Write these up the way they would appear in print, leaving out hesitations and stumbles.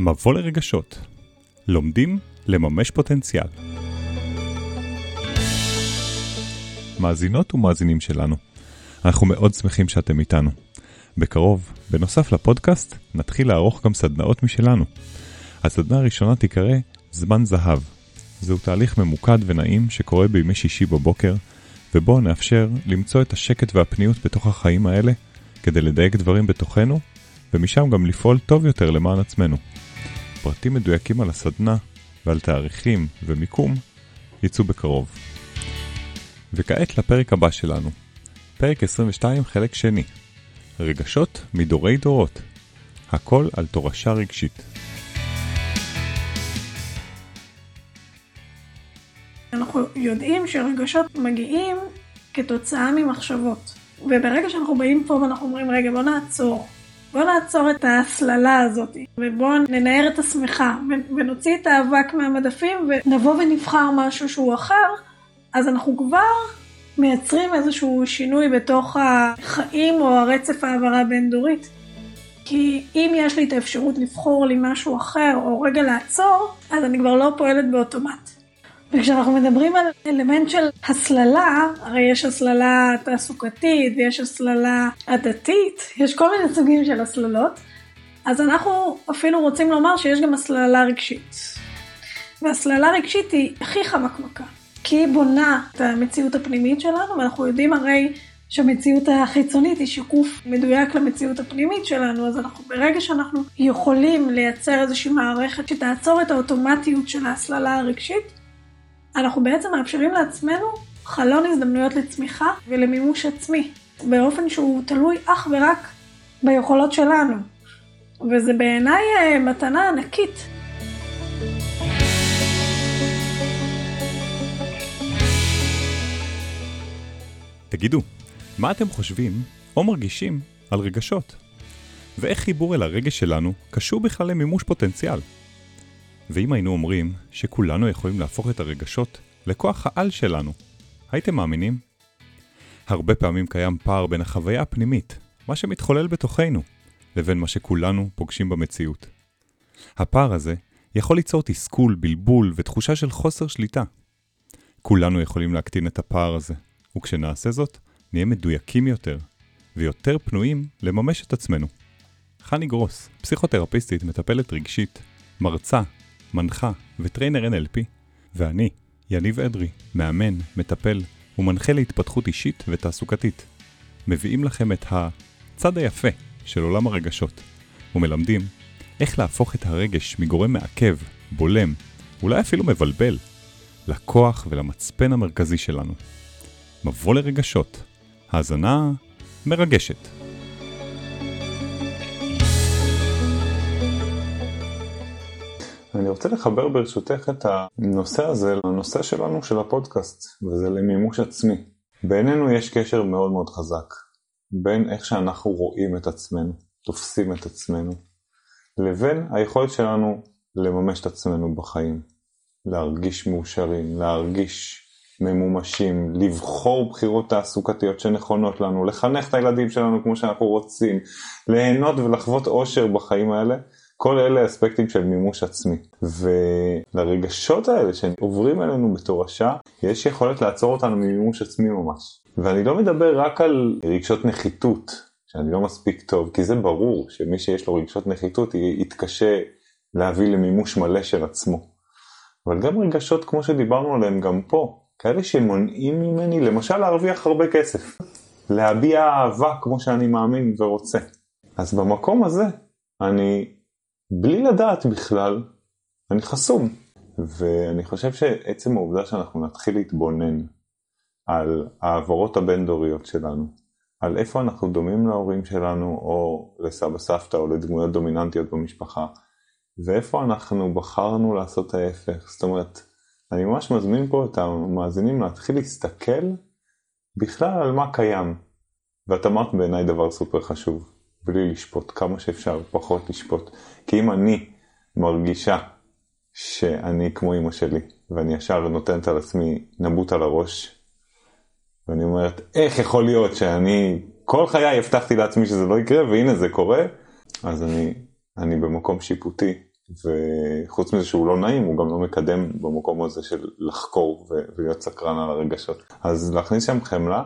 מבוא לרגשות. לומדים לממש פוטנציאל. מאזינות ומאזינים שלנו, אנחנו מאוד שמחים שאתם איתנו. בקרוב, בנוסף לפודקאסט, נתחיל לערוך גם סדנאות משלנו. הסדנה הראשונה תיקרא זמן זהב. זהו תהליך ממוקד ונעים שקורה בימי שישי בבוקר, ובו נאפשר למצוא את השקט והפניות בתוך החיים האלה, כדי לדייק דברים בתוכנו, ומשם גם לפעול טוב יותר למען עצמנו. פרטים מדויקים על הסדנה ועל תאריכים ומיקום יצאו בקרוב. וכעת לפרק הבא שלנו, פרק 22 חלק שני, רגשות מדורי דורות, הכל על תורשה רגשית. אנחנו יודעים שרגשות מגיעים כתוצאה ממחשבות, וברגע שאנחנו באים פה ואנחנו אומרים רגע בוא נעצור את ההסללה הזאת, ובוא ננער את השמחה, ונוציא את האבק מהמדפים, ונבוא ונבחר משהו שהוא אחר, אז אנחנו כבר מייצרים איזשהו שינוי בתוך החיים או הרצף העברה בין דורית. כי אם יש לי את האפשרות לבחור לי משהו אחר, או רגע לעצור, אז אני כבר לא פועלת באוטומט. וכשאנחנו מדברים על אלמנט של הסללה, הרי יש הסללה תעסוקתית ויש הסללה עדתית, יש כל מיני סוגים של הסללות, אז אנחנו אפילו רוצים לומר שיש גם הסללה רגשית. והסללה רגשית היא הכי חמקמקה, כי היא בונה את המציאות הפנימית שלנו, ואנחנו יודעים הרי שהמציאות החיצונית היא שיקוף מדויק למציאות הפנימית שלנו, אז אנחנו ברגע שאנחנו יכולים לייצר איזושהי מערכת שתעצור את האוטומטיות של ההסללה הרגשית, אנחנו בעצם מאפשרים לעצמנו חלון הזדמנויות לצמיחה ולמימוש עצמי, באופן שהוא תלוי אך ורק ביכולות שלנו. וזה בעיניי מתנה ענקית. תגידו, מה אתם חושבים או מרגישים על רגשות? ואיך חיבור אל הרגש שלנו קשור בכלל למימוש פוטנציאל? ואם היינו אומרים שכולנו יכולים להפוך את הרגשות לכוח העל שלנו, הייתם מאמינים? הרבה פעמים קיים פער בין החוויה הפנימית, מה שמתחולל בתוכנו, לבין מה שכולנו פוגשים במציאות. הפער הזה יכול ליצור תסכול, בלבול ותחושה של חוסר שליטה. כולנו יכולים להקטין את הפער הזה, וכשנעשה זאת, נהיה מדויקים יותר, ויותר פנויים לממש את עצמנו. חני גרוס, פסיכותרפיסטית, מטפלת רגשית, מרצה, מנחה וטריינר NLP, ואני, יניב אדרי, מאמן, מטפל ומנחה להתפתחות אישית ותעסוקתית. מביאים לכם את הצד היפה של עולם הרגשות, ומלמדים איך להפוך את הרגש מגורם מעכב, בולם, אולי אפילו מבלבל, לכוח ולמצפן המרכזי שלנו. מבוא לרגשות, האזנה מרגשת. אני רוצה לחבר ברשותך את הנושא הזה לנושא שלנו של הפודקאסט, וזה למימוש עצמי. בינינו יש קשר מאוד מאוד חזק, בין איך שאנחנו רואים את עצמנו, תופסים את עצמנו, לבין היכולת שלנו לממש את עצמנו בחיים, להרגיש מאושרים, להרגיש ממומשים, לבחור בחירות תעסוקתיות שנכונות לנו, לחנך את הילדים שלנו כמו שאנחנו רוצים, ליהנות ולחוות אושר בחיים האלה. כל אלה אספקטים של מימוש עצמי. ולרגשות האלה שעוברים אלינו בתורשה, יש יכולת לעצור אותנו ממימוש עצמי ממש. ואני לא מדבר רק על רגשות נחיתות, שאני לא מספיק טוב, כי זה ברור שמי שיש לו רגשות נחיתות יתקשה להביא למימוש מלא של עצמו. אבל גם רגשות כמו שדיברנו עליהם גם פה, כאלה שמונעים ממני, למשל להרוויח הרבה כסף, להביע אהבה כמו שאני מאמין ורוצה. אז במקום הזה, אני בלי לדעת בכלל, אני חסום. ואני חושב שעצם העובדה שאנחנו נתחיל להתבונן על העברות הבין-דוריות שלנו, על איפה אנחנו דומים להורים שלנו, או לסבא סבתא, או לדמויות דומיננטיות במשפחה, ואיפה אנחנו בחרנו לעשות ההפך. זאת אומרת, אני ממש מזמין פה את המאזינים להתחיל להסתכל בכלל על מה קיים. ואת אמרת בעיניי דבר סופר חשוב. בלי לשפוט, כמה שאפשר, פחות לשפוט. כי אם אני מרגישה שאני כמו אמא שלי, ואני ישר נותנת על עצמי נבוט על הראש, ואני אומרת, איך יכול להיות שאני כל חיי הבטחתי לעצמי שזה לא יקרה, והנה זה קורה, אז אני במקום שיפוטי וחוץ מזה שהוא לא נעים, הוא גם לא מקדם במקום הזה של לחקור ולהיות סקרן על הרגשות. אז להכניס שם חמלה,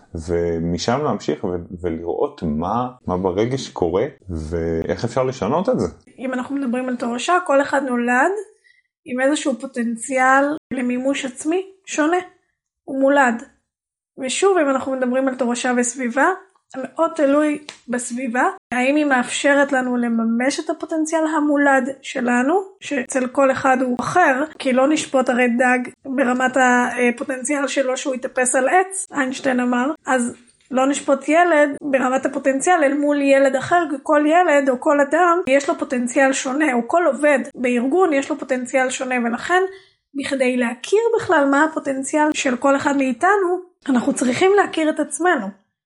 ומשם להמשיך ולראות מה ברגש קורה, ואיך אפשר לשנות את זה. אם אנחנו מדברים על תורשה, כל אחד נולד עם איזשהו פוטנציאל למימוש עצמי שונה. הוא מולד. ושוב, אם אנחנו מדברים על תורשה וסביבה, זה מאוד תלוי בסביבה. האם היא מאפשרת לנו לממש את הפוטנציאל המולד שלנו, שאצל כל אחד הוא אחר, כי לא נשפוט הרי דג ברמת הפוטנציאל שלו שהוא יתאפס על עץ, איינשטיין אמר, אז לא נשפוט ילד ברמת הפוטנציאל אל מול ילד אחר, כי כל ילד או כל אדם יש לו פוטנציאל שונה, או כל עובד בארגון יש לו פוטנציאל שונה, ולכן בכדי להכיר בכלל מה הפוטנציאל של כל אחד מאיתנו, אנחנו צריכים להכיר את עצמנו.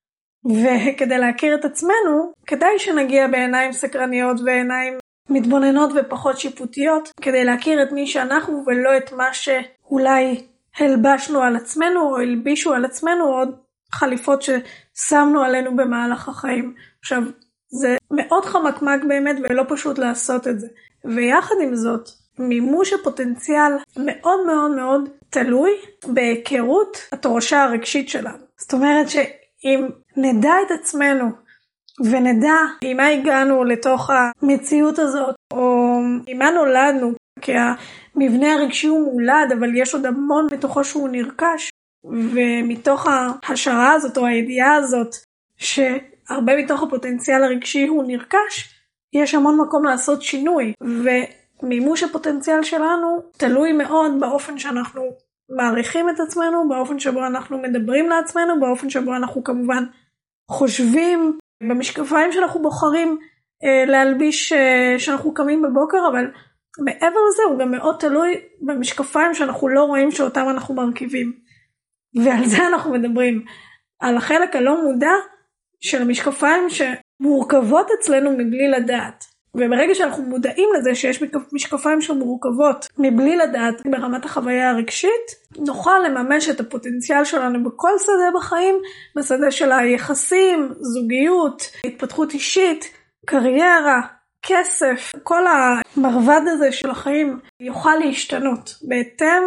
וכדי להכיר את עצמנו, כדאי שנגיע בעיניים סקרניות ועיניים מתבוננות ופחות שיפוטיות, כדי להכיר את מי שאנחנו ולא את מה שאולי הלבשנו על עצמנו או הלבישו על עצמנו עוד חליפות ששמנו עלינו במהלך החיים. עכשיו, זה מאוד חמקמק באמת ולא פשוט לעשות את זה. ויחד עם זאת, מימוש הפוטנציאל מאוד מאוד מאוד תלוי בהיכרות התורשה הרגשית שלנו. זאת אומרת שאם נדע את עצמנו ונדע עם מה הגענו לתוך המציאות הזאת, או עם מה נולדנו, כי המבנה הרגשי הוא מולד, אבל יש עוד המון מתוכו שהוא נרכש, ומתוך ההשערה הזאת או הידיעה הזאת, שהרבה מתוך הפוטנציאל הרגשי הוא נרכש, יש המון מקום לעשות שינוי, ומימוש הפוטנציאל שלנו תלוי מאוד באופן שאנחנו מעריכים את עצמנו, באופן שבו אנחנו מדברים לעצמנו, באופן שבו אנחנו כמובן חושבים, במשקפיים שאנחנו בוחרים להלביש שאנחנו קמים בבוקר, אבל מעבר לזה הוא גם מאוד תלוי במשקפיים שאנחנו לא רואים שאותם אנחנו מרכיבים. ועל זה אנחנו מדברים, על החלק הלא מודע של המשקפיים שמורכבות אצלנו מבלי לדעת. וברגע שאנחנו מודעים לזה שיש משקפיים שמורכבות מבלי לדעת ברמת החוויה הרגשית, נוכל לממש את הפוטנציאל שלנו בכל שדה בחיים, בשדה של היחסים, זוגיות, התפתחות אישית, קריירה, כסף, כל המרבד הזה של החיים יוכל להשתנות בהתאם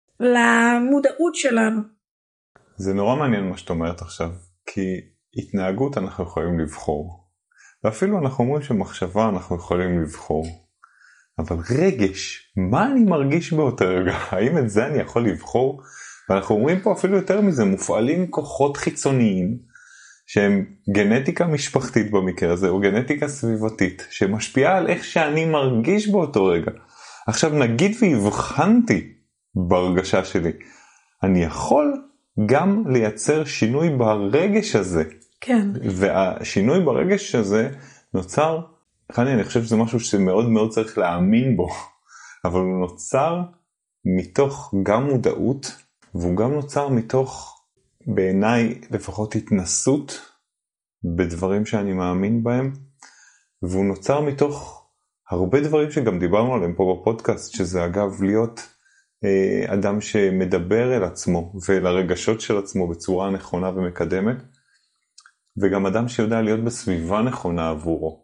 למודעות שלנו. זה נורא מעניין מה שאת אומרת עכשיו, כי התנהגות אנחנו יכולים לבחור. ואפילו אנחנו אומרים שמחשבה אנחנו יכולים לבחור. אבל רגש, מה אני מרגיש באותו רגע? האם את זה אני יכול לבחור? ואנחנו אומרים פה אפילו יותר מזה, מופעלים כוחות חיצוניים, שהם גנטיקה משפחתית במקרה הזה, או גנטיקה סביבתית, שמשפיעה על איך שאני מרגיש באותו רגע. עכשיו נגיד והבחנתי בהרגשה שלי, אני יכול גם לייצר שינוי ברגש הזה. כן. והשינוי ברגש הזה נוצר, אני חושב שזה משהו שמאוד מאוד צריך להאמין בו, אבל הוא נוצר מתוך גם מודעות, והוא גם נוצר מתוך, בעיניי לפחות התנסות בדברים שאני מאמין בהם, והוא נוצר מתוך הרבה דברים שגם דיברנו עליהם פה בפודקאסט, שזה אגב להיות אדם שמדבר אל עצמו ואל הרגשות של עצמו בצורה נכונה ומקדמת, וגם אדם שיודע להיות בסביבה נכונה עבורו.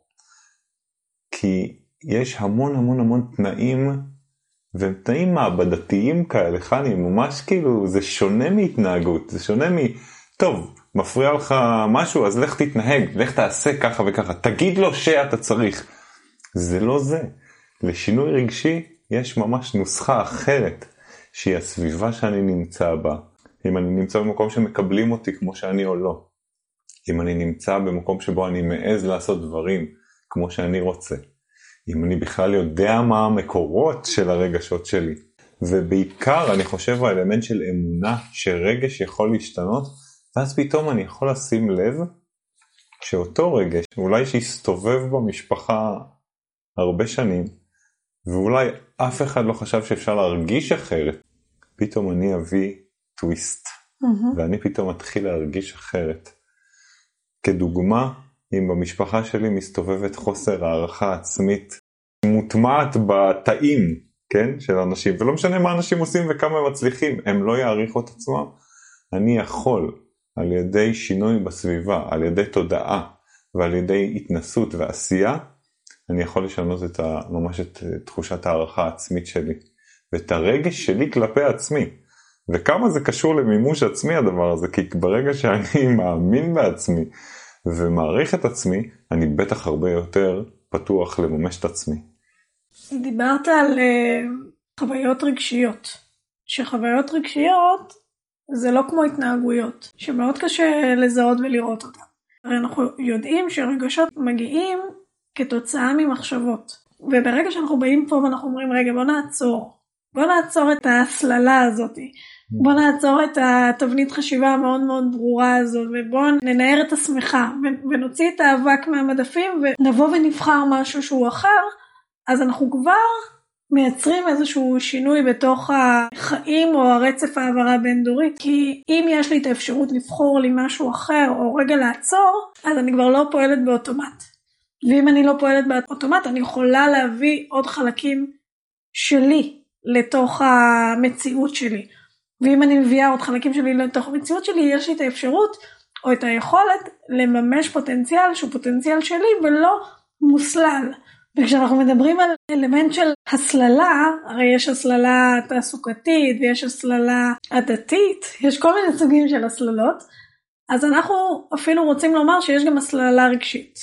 כי יש המון המון המון תנאים, והם תנאים מעבדתיים כאלה, חני, ממש כאילו, זה שונה מהתנהגות, זה שונה טוב, מפריע לך משהו, אז לך תתנהג, לך תעשה ככה וככה, תגיד לו שאתה צריך. זה לא זה. לשינוי רגשי יש ממש נוסחה אחרת, שהיא הסביבה שאני נמצא בה. אם אני נמצא במקום שמקבלים אותי כמו שאני או לא. אם אני נמצא במקום שבו אני מעז לעשות דברים כמו שאני רוצה. אם אני בכלל יודע מה המקורות של הרגשות שלי. ובעיקר אני חושב האלמנט של אמונה שרגש יכול להשתנות, ואז פתאום אני יכול לשים לב שאותו רגש, אולי שיסתובב במשפחה הרבה שנים, ואולי אף אחד לא חשב שאפשר להרגיש אחרת, פתאום אני אביא טוויסט, ואני פתאום אתחיל להרגיש אחרת. כדוגמה, אם במשפחה שלי מסתובבת חוסר הערכה עצמית, מוטמעת בתאים, כן, של אנשים, ולא משנה מה אנשים עושים וכמה הם מצליחים, הם לא יעריכו את עצמם. אני יכול, על ידי שינוי בסביבה, על ידי תודעה, ועל ידי התנסות ועשייה, אני יכול לשנות ממש את תחושת הערכה העצמית שלי, ואת הרגש שלי כלפי עצמי. וכמה זה קשור למימוש עצמי הדבר הזה, כי ברגע שאני מאמין בעצמי ומעריך את עצמי, אני בטח הרבה יותר פתוח לממש את עצמי. דיברת על חוויות רגשיות, שחוויות רגשיות זה לא כמו התנהגויות, שמאוד קשה לזהות ולראות אותן. הרי אנחנו יודעים שרגשות מגיעים כתוצאה ממחשבות, וברגע שאנחנו באים פה ואנחנו אומרים רגע בוא נעצור את ההסללה הזאת, בוא נעצור את התבנית חשיבה המאוד מאוד ברורה הזאת, ובוא ננער את השמחה, ונוציא את האבק מהמדפים, ונבוא ונבחר משהו שהוא אחר, אז אנחנו כבר מייצרים איזשהו שינוי בתוך החיים או הרצף העברה בין דורית, כי אם יש לי את האפשרות לבחור לי משהו אחר, או רגע לעצור, אז אני כבר לא פועלת באוטומט. ואם אני לא פועלת באוטומט, אני יכולה להביא עוד חלקים שלי לתוך המציאות שלי. ואם אני מביאה עוד חלקים שלי לתוך המציאות שלי, יש לי את האפשרות או את היכולת לממש פוטנציאל שהוא פוטנציאל שלי ולא מוסלל. וכשאנחנו מדברים על אלמנט של הסללה, הרי יש הסללה תעסוקתית ויש הסללה עדתית, יש כל מיני סוגים של הסללות, אז אנחנו אפילו רוצים לומר שיש גם הסללה רגשית.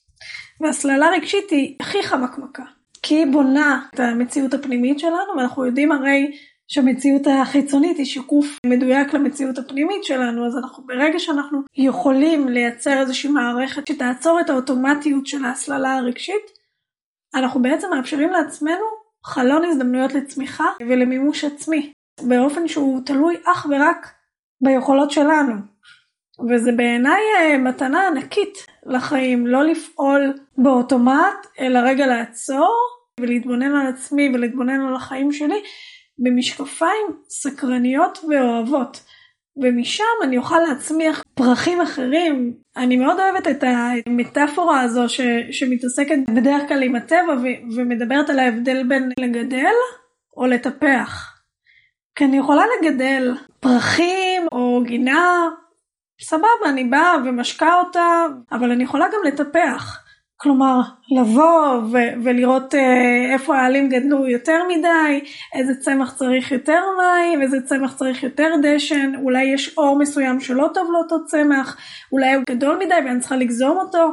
והסללה רגשית היא הכי חמקמקה, כי היא בונה את המציאות הפנימית שלנו, ואנחנו יודעים הרי שהמציאות החיצונית היא שיקוף מדויק למציאות הפנימית שלנו, אז ברגע שאנחנו יכולים לייצר איזושהי מערכת שתעצור את האוטומטיות של ההסללה הרגשית, אנחנו בעצם מאפשרים לעצמנו חלון הזדמנויות לצמיחה ולמימוש עצמי, באופן שהוא תלוי אך ורק ביכולות שלנו. וזה בעיניי מתנה ענקית לחיים, לא לפעול באוטומט, אלא רגע לעצור ולהתבונן על עצמי ולהתבונן על החיים שלי, במשקפיים סקרניות ואוהבות. ומשם אני אוכל להצמיח פרחים אחרים. אני מאוד אוהבת את המטאפורה הזו שמתעסקת בדרך כלל עם הטבע ומדברת על ההבדל בין לגדל או לטפח. כי אני יכולה לגדל פרחים או גינה, סבבה, אני באה ומשקה אותה, אבל אני יכולה גם לטפח. כלומר, לבוא ולראות איפה העלים גדלו יותר מדי, איזה צמח צריך יותר מים, איזה צמח צריך יותר דשן, אולי יש אור מסוים שלא טוב לאותו צמח, אולי הוא גדול מדי ואני צריכה לגזום אותו,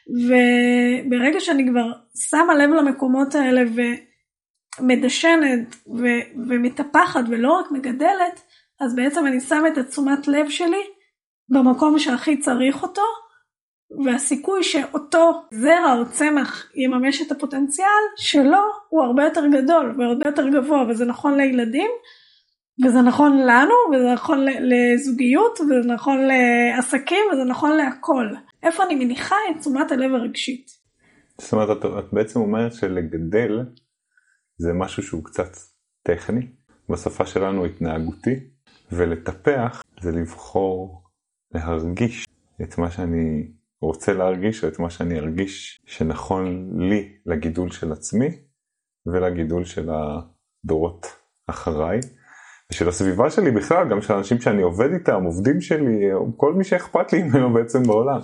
וברגע שאני כבר שמה לב למקומות האלה ומדשנת ומטפחת ולא רק מגדלת, אז בעצם אני שמה את תשומת לב שלי במקום שהכי צריך אותו, והסיכוי שאותו זרע או צמח יממש את הפוטנציאל שלו הוא הרבה יותר גדול והרבה יותר גבוה, וזה נכון לילדים, וזה נכון לנו, וזה נכון לזוגיות, וזה נכון לעסקים, וזה נכון להכל. איפה אני מניחה את תשומת הלב הרגשית. זאת אומרת, את בעצם אומרת שלגדל זה משהו שהוא קצת טכני, בשפה שלנו התנהגותי, ולטפח זה לבחור להרגיש את מה שאני רוצה להרגיש, או את מה שאני ארגיש שנכון לי לגידול של עצמי, ולגידול של הדורות אחריי, ושל הסביבה שלי בכלל, גם של האנשים שאני עובד איתם, עובדים שלי, או כל מי שאכפת לי ממנו בעצם בעולם.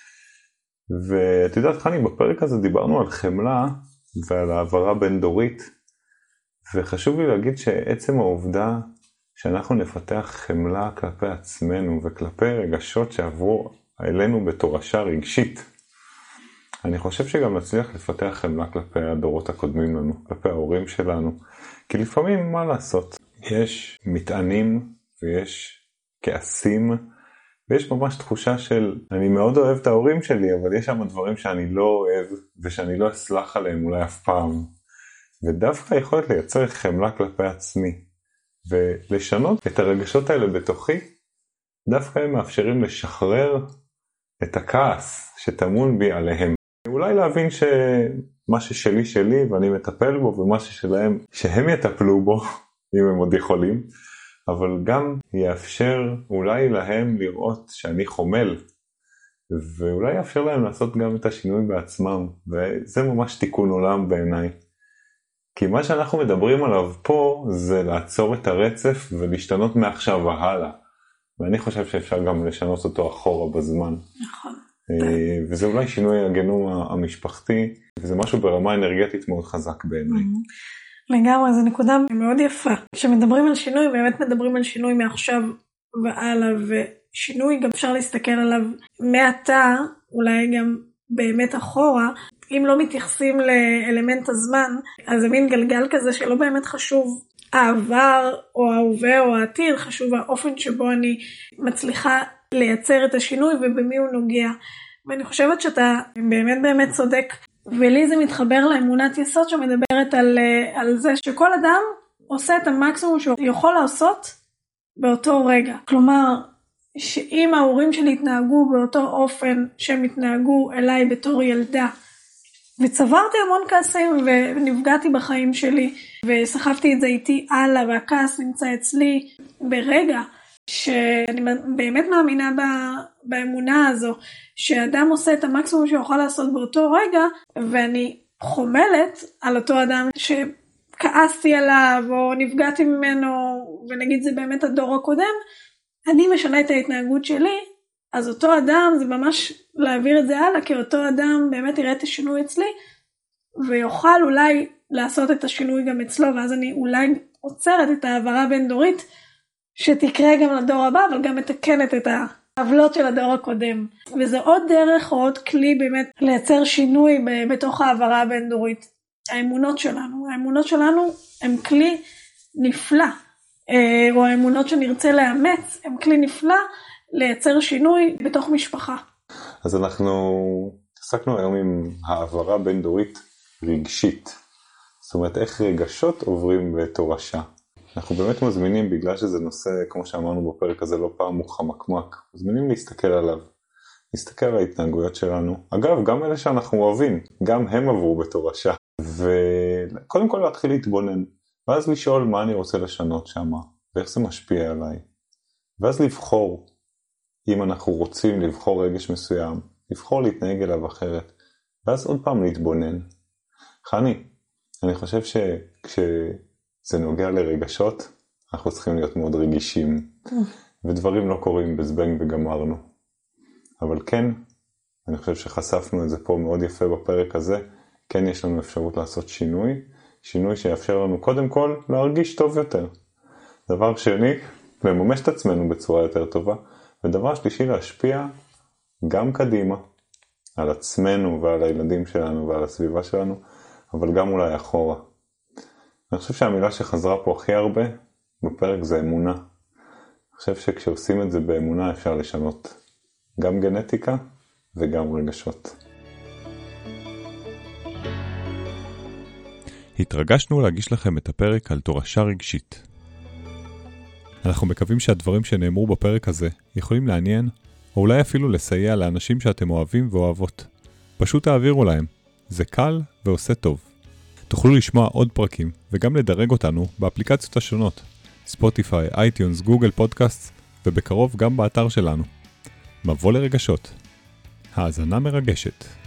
ואת יודעת, חני, בפרק הזה דיברנו על חמלה, ועל העברה בין דורית, וחשוב לי להגיד שעצם העובדה, שאנחנו נפתח חמלה כלפי עצמנו, וכלפי רגשות שעברו אלינו בתורשה רגשית. אני חושב שגם נצליח לפתח חמלה כלפי הדורות הקודמים לנו, כלפי ההורים שלנו. כי לפעמים מה לעשות? יש מטענים ויש כעסים, ויש ממש תחושה של, אני מאוד אוהב את ההורים שלי, אבל יש שם דברים שאני לא אוהב, ושאני לא אסלח עליהם אולי אף פעם. ודווקא יכולת לייצר חמלה כלפי עצמי, ולשנות את הרגשות האלה בתוכי, דווקא הם מאפשרים לשחרר את הכעס שטמון בי עליהם. אולי להבין שמה ששלי שלי ואני מטפל בו, ומה ששלהם שהם יטפלו בו, אם הם עוד יכולים, אבל גם יאפשר אולי להם לראות שאני חומל, ואולי יאפשר להם לעשות גם את השינוי בעצמם, וזה ממש תיקון עולם בעיניי. כי מה שאנחנו מדברים עליו פה זה לעצור את הרצף ולהשתנות מעכשיו והלאה. ואני חושב שאפשר גם לשנות אותו אחורה בזמן. נכון. וזה אולי שינוי הגנום המשפחתי, וזה משהו ברמה אנרגטית מאוד חזק בעיניי. לגמרי, זו נקודה מאוד יפה. כשמדברים על שינוי, באמת מדברים על שינוי מעכשיו והלאה, ושינוי גם אפשר להסתכל עליו מעתה, אולי גם באמת אחורה. אם לא מתייחסים לאלמנט הזמן, אז זה מין גלגל כזה שלא באמת חשוב העבר או ההווה או העתיד, חשוב האופן שבו אני מצליחה לייצר את השינוי ובמי הוא נוגע. ואני חושבת שאתה באמת באמת צודק, ולי זה מתחבר לאמונת יסוד שמדברת על זה שכל אדם עושה את המקסימום שהוא יכול לעשות באותו רגע. כלומר, שאם ההורים שלי התנהגו באותו אופן שהם התנהגו אליי בתור ילדה, וצברתי המון כעסים ונפגעתי בחיים שלי, וסחבתי את זה איתי הלאה, והכעס נמצא אצלי ברגע, שאני באמת מאמינה באמונה הזו, שאדם עושה את המקסימום שיוכל לעשות באותו רגע, ואני חומלת על אותו אדם שכעסתי עליו, או נפגעתי ממנו, ונגיד זה באמת הדור הקודם, אני משנה את ההתנהגות שלי, אז אותו אדם זה ממש להעביר את זה הלאה, כי אותו אדם באמת יראה את השינוי אצלי, ויוכל אולי לעשות את השינוי גם אצלו, ואז אני אולי עוצרת את העברה בין דורית, שתקרה גם לדור הבא, אבל גם מתקנת את העוולות של הדור הקודם. וזה עוד דרך או עוד כלי באמת לייצר שינוי בתוך העברה הבין דורית. האמונות שלנו הם כלי נפלא, או האמונות שנרצה לאמץ, הם כלי נפלא לייצר שינוי בתוך משפחה. אז אנחנו עסקנו היום עם העברה בין דורית רגשית. זאת אומרת, איך רגשות עוברים בתורשה. אנחנו באמת מזמינים, בגלל שזה נושא, כמו שאמרנו בפרק הזה, לא פעם הוא חמקמק, מזמינים להסתכל עליו, להסתכל על ההתנהגויות שלנו. אגב, גם אלה שאנחנו אוהבים, גם הם עברו בתורשה. וקודם כל להתחיל להתבונן, ואז לשאול מה אני רוצה לשנות שם, ואיך זה משפיע עליי. ואז לבחור, אם אנחנו רוצים לבחור רגש מסוים, לבחור להתנהג אליו אחרת, ואז עוד פעם להתבונן. חני, אני חושב שכשזה נוגע לרגשות, אנחנו צריכים להיות מאוד רגישים, ודברים לא קורים בזבנג וגמרנו. אבל כן, אני חושב שחשפנו את זה פה מאוד יפה בפרק הזה, כן יש לנו אפשרות לעשות שינוי שיאפשר לנו קודם כל להרגיש טוב יותר. דבר שני, לממש את עצמנו בצורה יותר טובה, ודבר שלישי להשפיע גם קדימה, על עצמנו ועל הילדים שלנו ועל הסביבה שלנו, אבל גם אולי אחורה. אני חושב שהמילה שחזרה פה הכי הרבה בפרק זה אמונה. אני חושב שכשעושים את זה באמונה אפשר לשנות גם גנטיקה וגם רגשות. התרגשנו להגיש לכם את הפרק על תורשה רגשית. אנחנו מקווים שהדברים שנאמרו בפרק הזה יכולים לעניין, או אולי אפילו לסייע לאנשים שאתם אוהבים ואוהבות. פשוט תעבירו להם. זה קל ועושה טוב. תוכלו לשמוע עוד פרקים וגם לדרג אותנו באפליקציות השונות, ספוטיפיי, אייטיונס, גוגל פודקאסט, ובקרוב גם באתר שלנו. מבוא לרגשות. האזנה מרגשת.